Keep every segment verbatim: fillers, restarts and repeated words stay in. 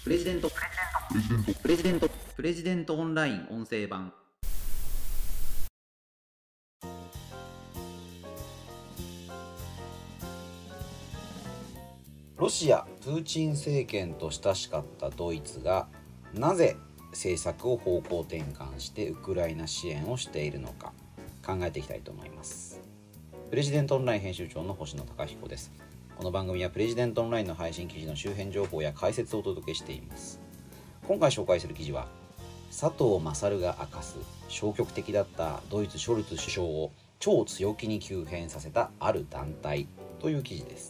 プレジデントプレジデントプレジデントオンライン音声版。 ロシア・プーチン政権と親しかったドイツがなぜ政策を方向転換してウクライナ支援をしているのか考えていきたいと思います。プレジデントオンライン編集長の星野貴彦です。この番組はプレジデントオンラインの配信記事の周辺情報や解説をお届けしています。今回紹介する記事は、佐藤勝が明かす消極的だったドイツショルツ首相を超強気に急変させたある団体という記事です。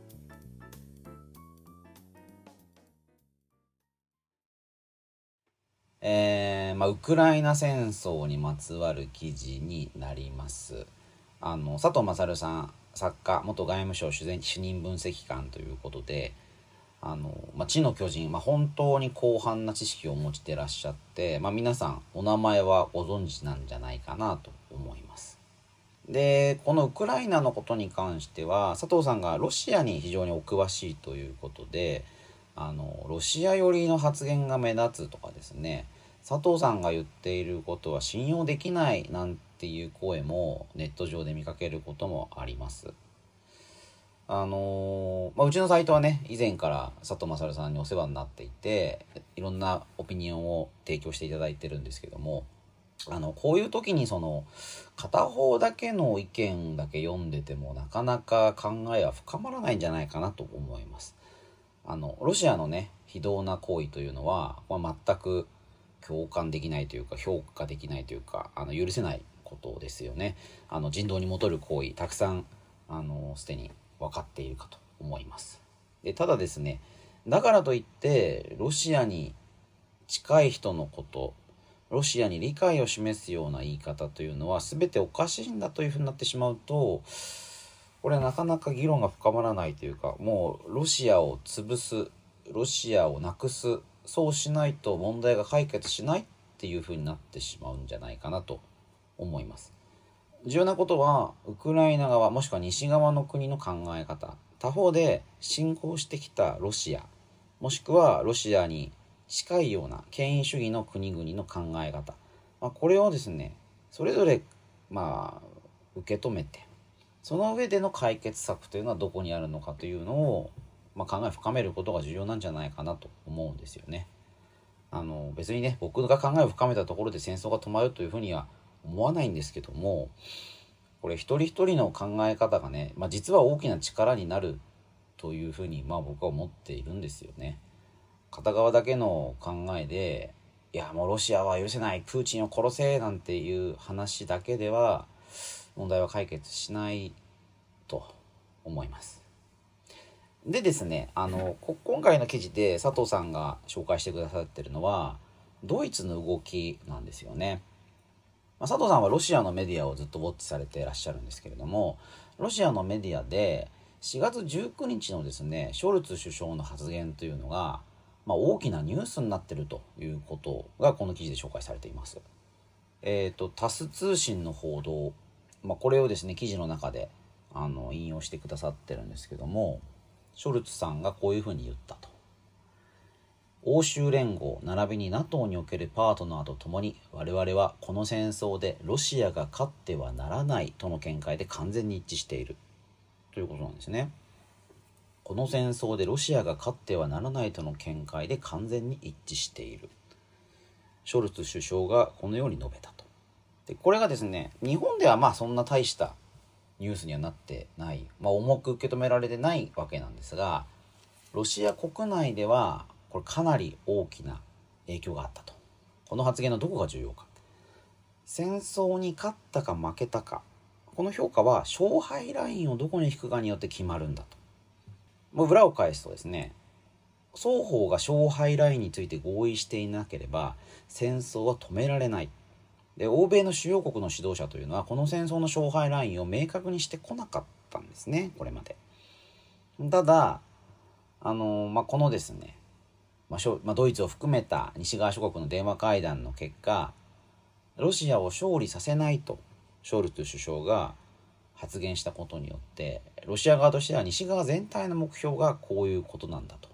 えーまあ、ウクライナ戦争にまつわる記事になります。あの佐藤勝さん、作家、元外務省主任分析官ということで、あの、まあ、知の巨人、まあ、本当に広範な知識を持ちてらっしゃって、まあ、皆さんお名前はご存知なんじゃないかなと思います。で、このウクライナのことに関しては佐藤さんがロシアに非常にお詳しいということで、あのロシア寄りの発言が目立つとかですね、佐藤さんが言っていることは信用できないなんていう声もネット上で見かけることもあります。あのーまあ、うちのサイトはね、以前から佐藤勝さんにお世話になっていて、いろんなオピニオンを提供していただいてるんですけども、あのこういう時にその片方だけの意見だけ読んでてもなかなか考えは深まらないんじゃないかなと思います。あのロシアのね非道な行為というのは、まあ、全く共感できないというか評価できないというか、あの許せないことですよね。あの人道に戻る行為たくさんあのすでに分かっているかと思います。でただですね、だからといってロシアに近い人のこと、ロシアに理解を示すような言い方というのは全ておかしいんだというふうになってしまうと、これはなかなか議論が深まらないというか、もうロシアを潰す、ロシアをなくす、そうしないと問題が解決しないっていうふうになってしまうんじゃないかなと思います。重要なことはウクライナ側もしくは西側の国の考え方、他方で侵攻してきたロシアもしくはロシアに近いような権威主義の国々の考え方、まあ、これをですねそれぞれまあ受け止めて、その上での解決策というのはどこにあるのかというのを、まあ、考えを深めることが重要なんじゃないかなと思うんですよね。あの別にね僕が考えを深めたところで戦争が止まるというふうには思わないんですけども、これ一人一人の考え方がね、まあ、実は大きな力になるというふうにまあ僕は思っているんですよね。片側だけの考えで、いやもうロシアは許せない、プーチンを殺せなんていう話だけでは問題は解決しないと思います。でですね、あの今回の記事で佐藤さんが紹介してくださってるのはドイツの動きなんですよね。まあ、佐藤さんはロシアのメディアをずっとウォッチされていらっしゃるんですけれども、ロシアのメディアでしがつじゅうくにちのですねショルツ首相の発言というのが、まあ、大きなニュースになっているということがこの記事で紹介されています。えーと、タス通信の報道、まあ、これをですね記事の中であの引用してくださってるんですけども、ショルツさんがこういうふうに言ったと。欧州連合並びに ナトー におけるパートナーとともに我々はこの戦争でロシアが勝ってはならないとの見解で完全に一致しているということなんですね。この戦争でロシアが勝ってはならないとの見解で完全に一致している。ショルツ首相がこのように述べたと。でこれがですね日本ではまあそんな大したニュースにはなってない、まあ、重く受け止められてないわけなんですが、ロシア国内ではこれかなり大きな影響があったと。この発言のどこが重要か、戦争に勝ったか負けたか、この評価は勝敗ラインをどこに引くかによって決まるんだと。もう裏を返すとですね、双方が勝敗ラインについて合意していなければ戦争は止められない。で欧米の主要国の指導者というのはこの戦争の勝敗ラインを明確にしてこなかったんですね、これまで。ただあの、まあ、このですねまあまあ、ドイツを含めた西側諸国の電話会談の結果、ロシアを勝利させないとショルツ首相が発言したことによって、ロシア側としては西側全体の目標がこういうことなんだと。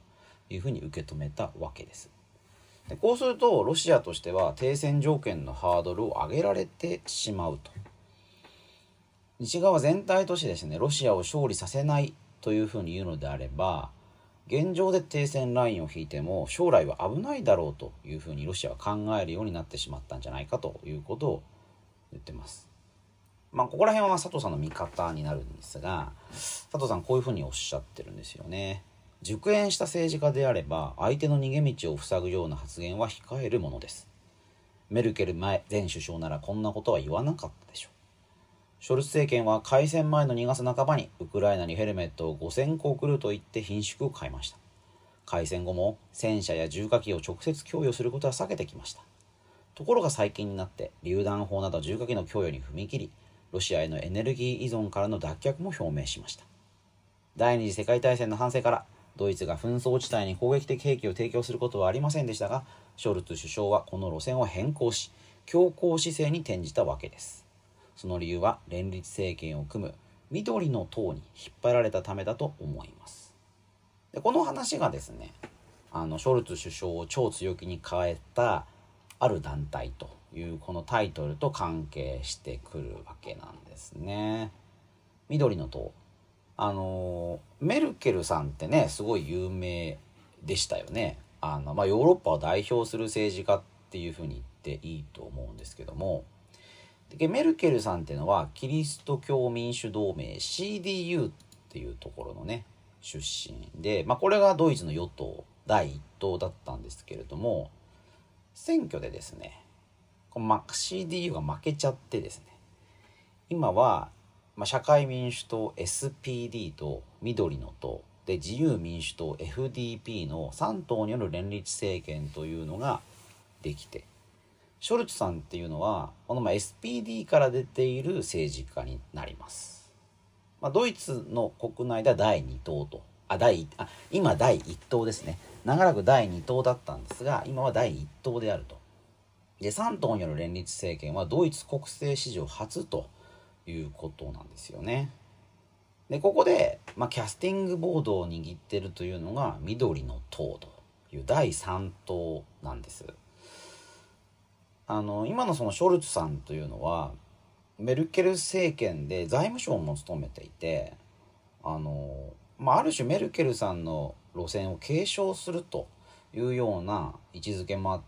いうふうに受け止めたわけです。でこうするとロシアとしては停戦条件のハードルを上げられてしまうと。西側全体としてですね、ロシアを勝利させないというふうに言うのであれば、現状で停戦ラインを引いても将来は危ないだろうというふうにロシアは考えるようになってしまったんじゃないかということを言ってます。まあここら辺は佐藤さんの見方になるんですが、佐藤さんこういうふうにおっしゃってるんですよね。熟練した政治家であれば相手の逃げ道を塞ぐような発言は控えるものです。メルケル前前首相ならこんなことは言わなかったでしょう。ショルツ政権は開戦前のにがつなかばにウクライナにヘルメットをごせんこ送ると言って品縮を変えました。開戦後も戦車や重火器を直接供与することは避けてきました。ところが最近になって榴弾砲など重火器の供与に踏み切り、ロシアへのエネルギー依存からの脱却も表明しました。第二次世界大戦の反省からドイツが紛争地帯に攻撃的兵器を提供することはありませんでしたが、ショルツ首相はこの路線を変更し強硬姿勢に転じたわけです。その理由は連立政権を組む緑の党に引っ張られたためだと思います。でこの話がですね、あのショルツ首相を超強気に変えたある団体というこのタイトルと関係してくるわけなんですね。緑の党、あのメルケルさんってねすごい有名でしたよね。あの、まあ、ヨーロッパを代表する政治家っていうふうに言っていいと思うんですけども、でメルケルさんっていうのはキリスト教民主同盟 シーディーユー っていうところのね出身で、まあ、これがドイツの与党だいいっ党だったんですけれども、選挙でですねこの シーディーユー が負けちゃってですね、今は、まあ、社会民主党 エスピーディー と緑の党で自由民主党 エフディーピー のさん党による連立政権というのができて、ショルツさんっていうのはこのまあ エスピーディー から出ている政治家になります。まあ、ドイツの国内ではだいに党とあ第あ今だいいっ党ですね。長らくだいに党だったんですが今はだいいっ党であると。でさん党による連立政権はドイツ国政史上初ということなんですよね。でここで、まあ、キャスティングボードを握っているというのが緑の党というだいさん党なんです。あの今のそのショルツさんというのはメルケル政権で財務省も務めていて、あの、まあ、ある種メルケルさんの路線を継承するというような位置づけもあって、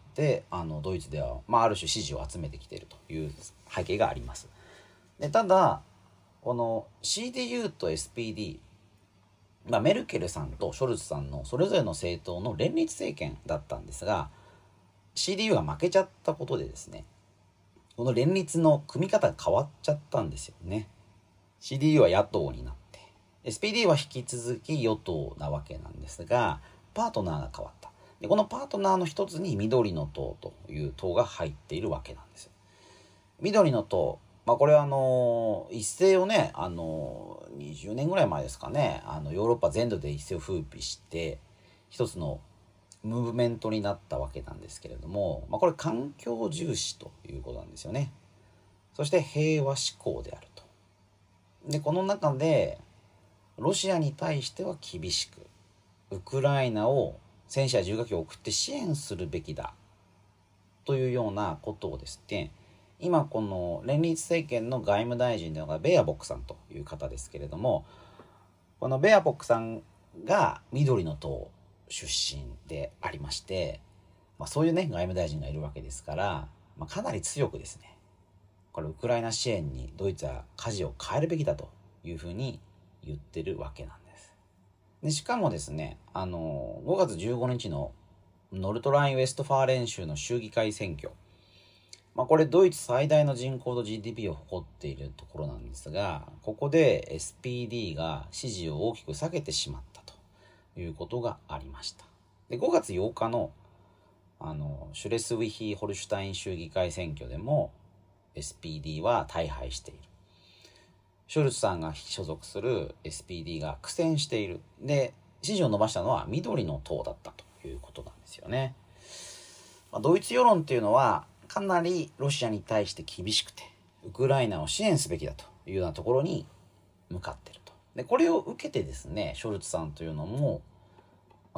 あのドイツでは、まあ、ある種支持を集めてきているという背景があります。でただこの シーディーユー と エスピーディー、まあ、メルケルさんとショルツさんのそれぞれの政党の連立政権だったんですが、 シーディーユー が負けちゃったことでですね、この連立の組み方が変わっちゃったんですよね。 シーディーユー は野党になって エスピーディー は引き続き与党なわけなんですが、パートナーが変わった。でこのパートナーの一つに緑の党という党が入っているわけなんです。緑の党、まあ、これはあの一世をね、あのにじゅうねんぐらい前ですかね、あのヨーロッパ全土で一世を風靡して一つのムーブメントになったわけなんですけれども、まあ、これ環境重視ということなんですよね。そして平和志向であると。でこの中でロシアに対しては厳しくウクライナを戦車や重火器を送って支援するべきだというようなことをですね、今この連立政権の外務大臣というのがベアボックさんという方ですけれども、このベアボックさんが緑の党出身でありまして、まあ、そういうね外務大臣がいるわけですから、まあ、かなり強くですね、これウクライナ支援にドイツは舵を変えるべきだというふうに言ってるわけなんです。でしかもですね、あのごがつじゅうごにちのノルトライン・ウェストファーレン州の州議会選挙、まあ、これドイツ最大の人口と ジーディーピー を誇っているところなんですが、ここで エスピーディー が支持を大きく下げてしまったということがありました。でごがつようかのあのシュレスウィヒーホルシュタイン州議会選挙でも エスピーディー は大敗している。ショルツさんが所属する エスピーディー が苦戦している。で支持を伸ばしたのは緑の党だったということなんですよね。まあ、ドイツ世論っていうのはかなりロシアに対して厳しくてウクライナを支援すべきだというようなところに向かっていると。でこれを受けてですね、ショルツさんというのも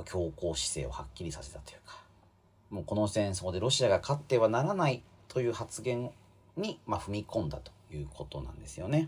まあ、強硬姿勢をはっきりさせたというか、もうこの戦争でロシアが勝ってはならないという発言に、まあ、踏み込んだということなんですよね。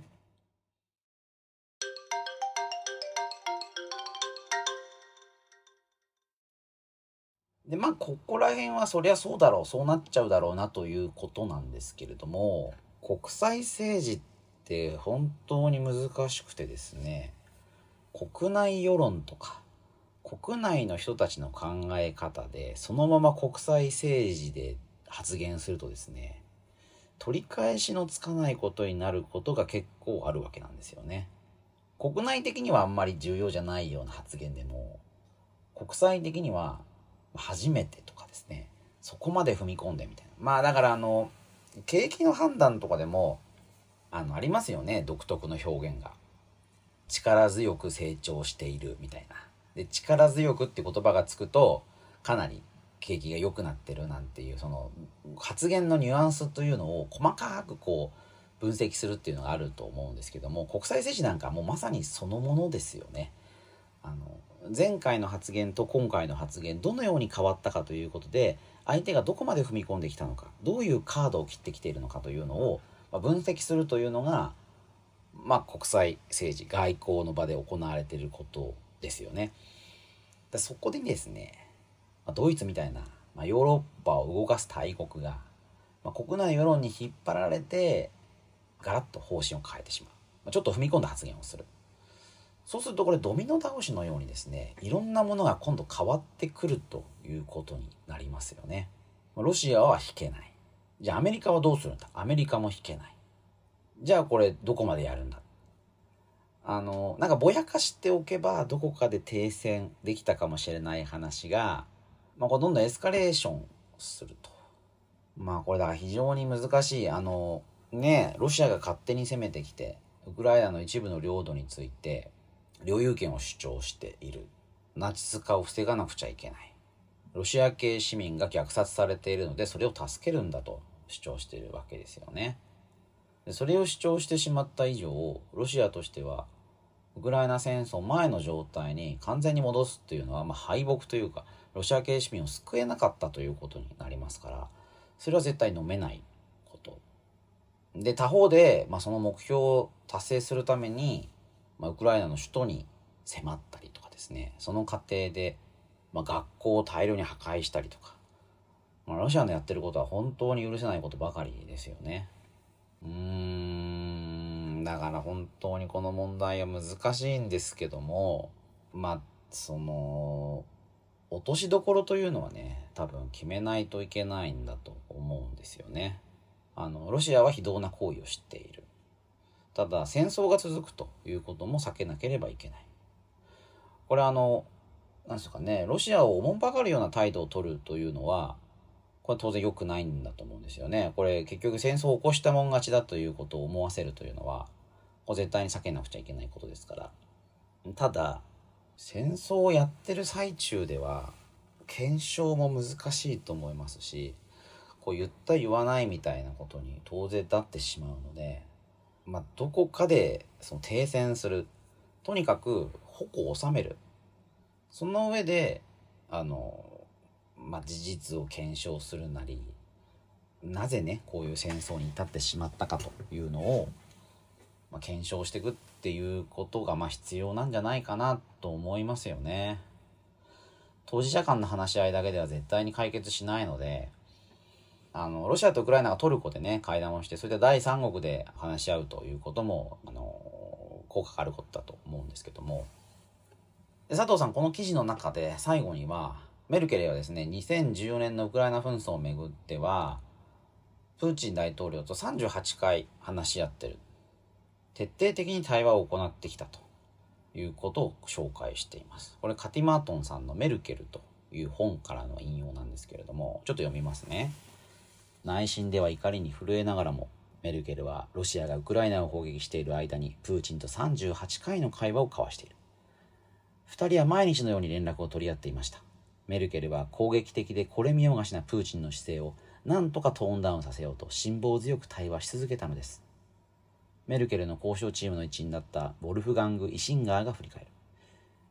でまあここら辺はそりゃそうだろうそうなっちゃうだろうなということなんですけれども、国際政治って本当に難しくてですね、国内世論とか国内の人たちの考え方でそのまま国際政治で発言するとですね、取り返しのつかないことになることが結構あるわけなんですよね。国内的にはあんまり重要じゃないような発言でも、国際的には初めてとかですね、そこまで踏み込んでみたいな。まあだからあの景気の判断とかでもあのありますよね、独特の表現が。力強く成長しているみたいな。で力強くって言葉がつくとかなり景気が良くなってるなんていう、その発言のニュアンスというのを細かくこう分析するっていうのがあると思うんですけども、国際政治なんかもうまさにそのものですよね。あの前回の発言と今回の発言どのように変わったかということで、相手がどこまで踏み込んできたのか、どういうカードを切ってきているのかというのを分析するというのが、まあ、国際政治外交の場で行われていることですよね。だそこでですね、ドイツみたいな、まあ、ヨーロッパを動かす大国が、まあ、国内世論に引っ張られてガラッと方針を変えてしまう、まあ、ちょっと踏み込んだ発言をする。そうするとこれドミノ倒しのようにですね、いろんなものが今度変わってくるということになりますよね。ロシアは引けない。じゃあアメリカはどうするんだ。アメリカも引けない。じゃあこれどこまでやるんだ。あのなんかぼやかしておけばどこかで停戦できたかもしれない話が、まあ、こうどんどんエスカレーションすると。まあこれだから非常に難しい。あのねロシアが勝手に攻めてきてウクライナの一部の領土について領有権を主張している。ナチス化を防がなくちゃいけない。ロシア系市民が虐殺されているのでそれを助けるんだと主張しているわけですよね。でそれを主張してしまった以上、ロシアとしてはウクライナ戦争前の状態に完全に戻すっていうのは、まあ、敗北というかロシア系市民を救えなかったということになりますから、それは絶対飲めないことで、他方で、まあ、その目標を達成するために、まあ、ウクライナの首都に迫ったりとかですね、その過程で、まあ、学校を大量に破壊したりとか、まあ、ロシアのやってることは本当に許せないことばかりですよね。うーんだから本当にこの問題は難しいんですけども、まあその落としどころというのはね、多分決めないといけないんだと思うんですよね。あのロシアは非道な行為をしている。ただ戦争が続くということも避けなければいけない。これあのなんですかね、ロシアをおもんぱかるような態度を取るというのはこれは当然良くないんだと思うんですよね。これ結局戦争を起こしたもん勝ちだということを思わせるというのはこれ絶対に避けなくちゃいけないことですから。ただ戦争をやってる最中では検証も難しいと思いますし、こう言った言わないみたいなことに当然なってしまうので、まあどこかでその停戦する、とにかく矛を収める、その上であのまあ、事実を検証するなり、なぜねこういう戦争に至ってしまったかというのを、まあ、検証していくっていうことがまあ必要なんじゃないかなと思いますよね。当事者間の話し合いだけでは絶対に解決しないので、あのロシアとウクライナがトルコでね会談をして、それで第三国で話し合うということもあの効果があることだと思うんですけども、で佐藤さんこの記事の中で最後にはメルケルはですね、にせんじゅうよねんのウクライナ紛争をめぐってはプーチン大統領とさんじゅうはちかい話し合ってる、徹底的に対話を行ってきたということを紹介しています。これカティマートンさんのメルケルという本からの引用なんですけれども、ちょっと読みますね。内心では怒りに震えながらもメルケルはロシアがウクライナを砲撃している間にプーチンとさんじゅうはちかいの会話を交わしている。二人は毎日のように連絡を取り合っていました。メルケルは攻撃的でこれ見よがしなプーチンの姿勢を何とかトーンダウンさせようと辛抱強く対話し続けたのです。メルケルの交渉チームの一員だったボルフガング・イシンガーが振り返る。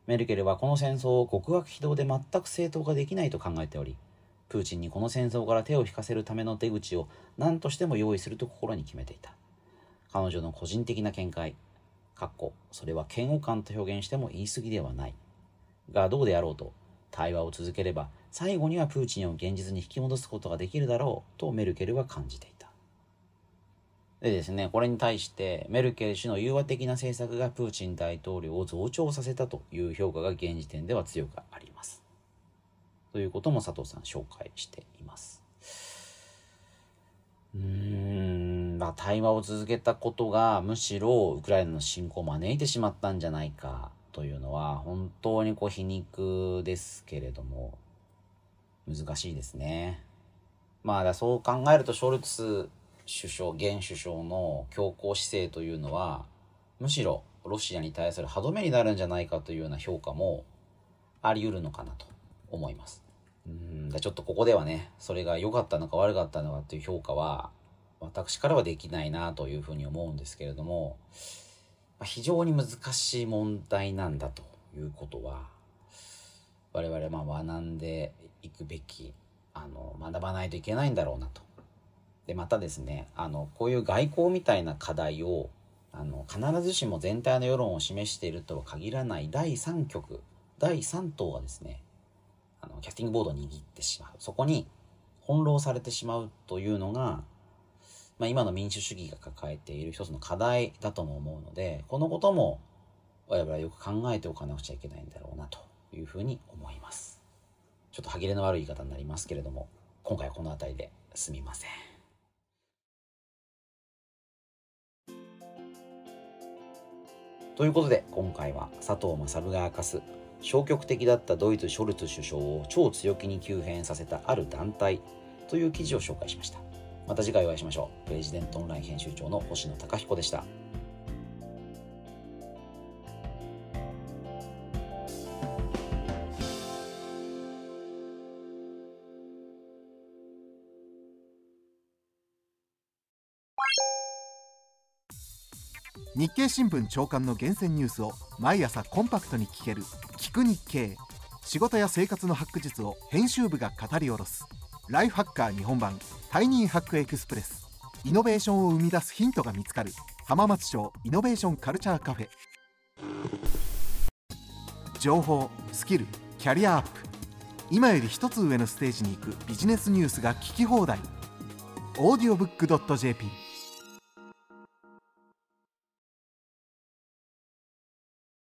メルケルはこの戦争を極悪非道で全く正当化できないと考えており、プーチンにこの戦争から手を引かせるための出口を何としても用意すると心に決めていた。彼女の個人的な見解、かっこそれは嫌悪感と表現しても言い過ぎではないが、どうであろうと対話を続ければ最後にはプーチンを現実に引き戻すことができるだろうとメルケルは感じていた。でですね、これに対してメルケル氏の融和的な政策がプーチン大統領を増長させたという評価が現時点では強くあります。ということも佐藤さん紹介しています。うーん、まあ、対話を続けたことがむしろウクライナの侵攻を招いてしまったんじゃないかというのは本当にこう皮肉ですけれども難しいですね。まあだそう考えるとショルツ首相現首相の強硬姿勢というのはむしろロシアに対する歯止めになるんじゃないかというような評価もあり得るのかなと思います。うーんだちょっとここではね、それが良かったのか悪かったのかという評価は私からはできないなというふうに思うんですけれども、非常に難しい問題なんだということは我々まあ学んでいくべき、あの学ばないといけないんだろうなと。でまたですね、あのこういう外交みたいな課題をあの必ずしも全体の世論を示しているとは限らないだいさん局だいさん党がですね、あのキャスティングボードを握ってしまう、そこに翻弄されてしまうというのが、まあ、今の民主主義が抱えている一つの課題だとも思うので、このことも我々はよく考えておかなくちゃいけないんだろうなというふうに思います。ちょっと歯切れの悪い言い方になりますけれども、今回はこの辺りですみません。ということで今回は佐藤勝が明かす消極的だったドイツショルツ首相を超強気に急変させたある団体という記事を紹介しました。また次回お会いしましょう。プレジデントオンライン編集長の星野貴彦でした。 日経新聞朝刊の厳選ニュースを毎朝コンパクトに聞ける聞く日経。仕事や生活のハック術を編集部が語り下ろすライフハッカー日本版タイニーハックエクスプレス。イノベーションを生み出すヒントが見つかる浜松町イノベーションカルチャーカフェ。情報、スキル、キャリアアップ、今より一つ上のステージに行くビジネスニュースが聞き放題。オーディオブックドットジェーピー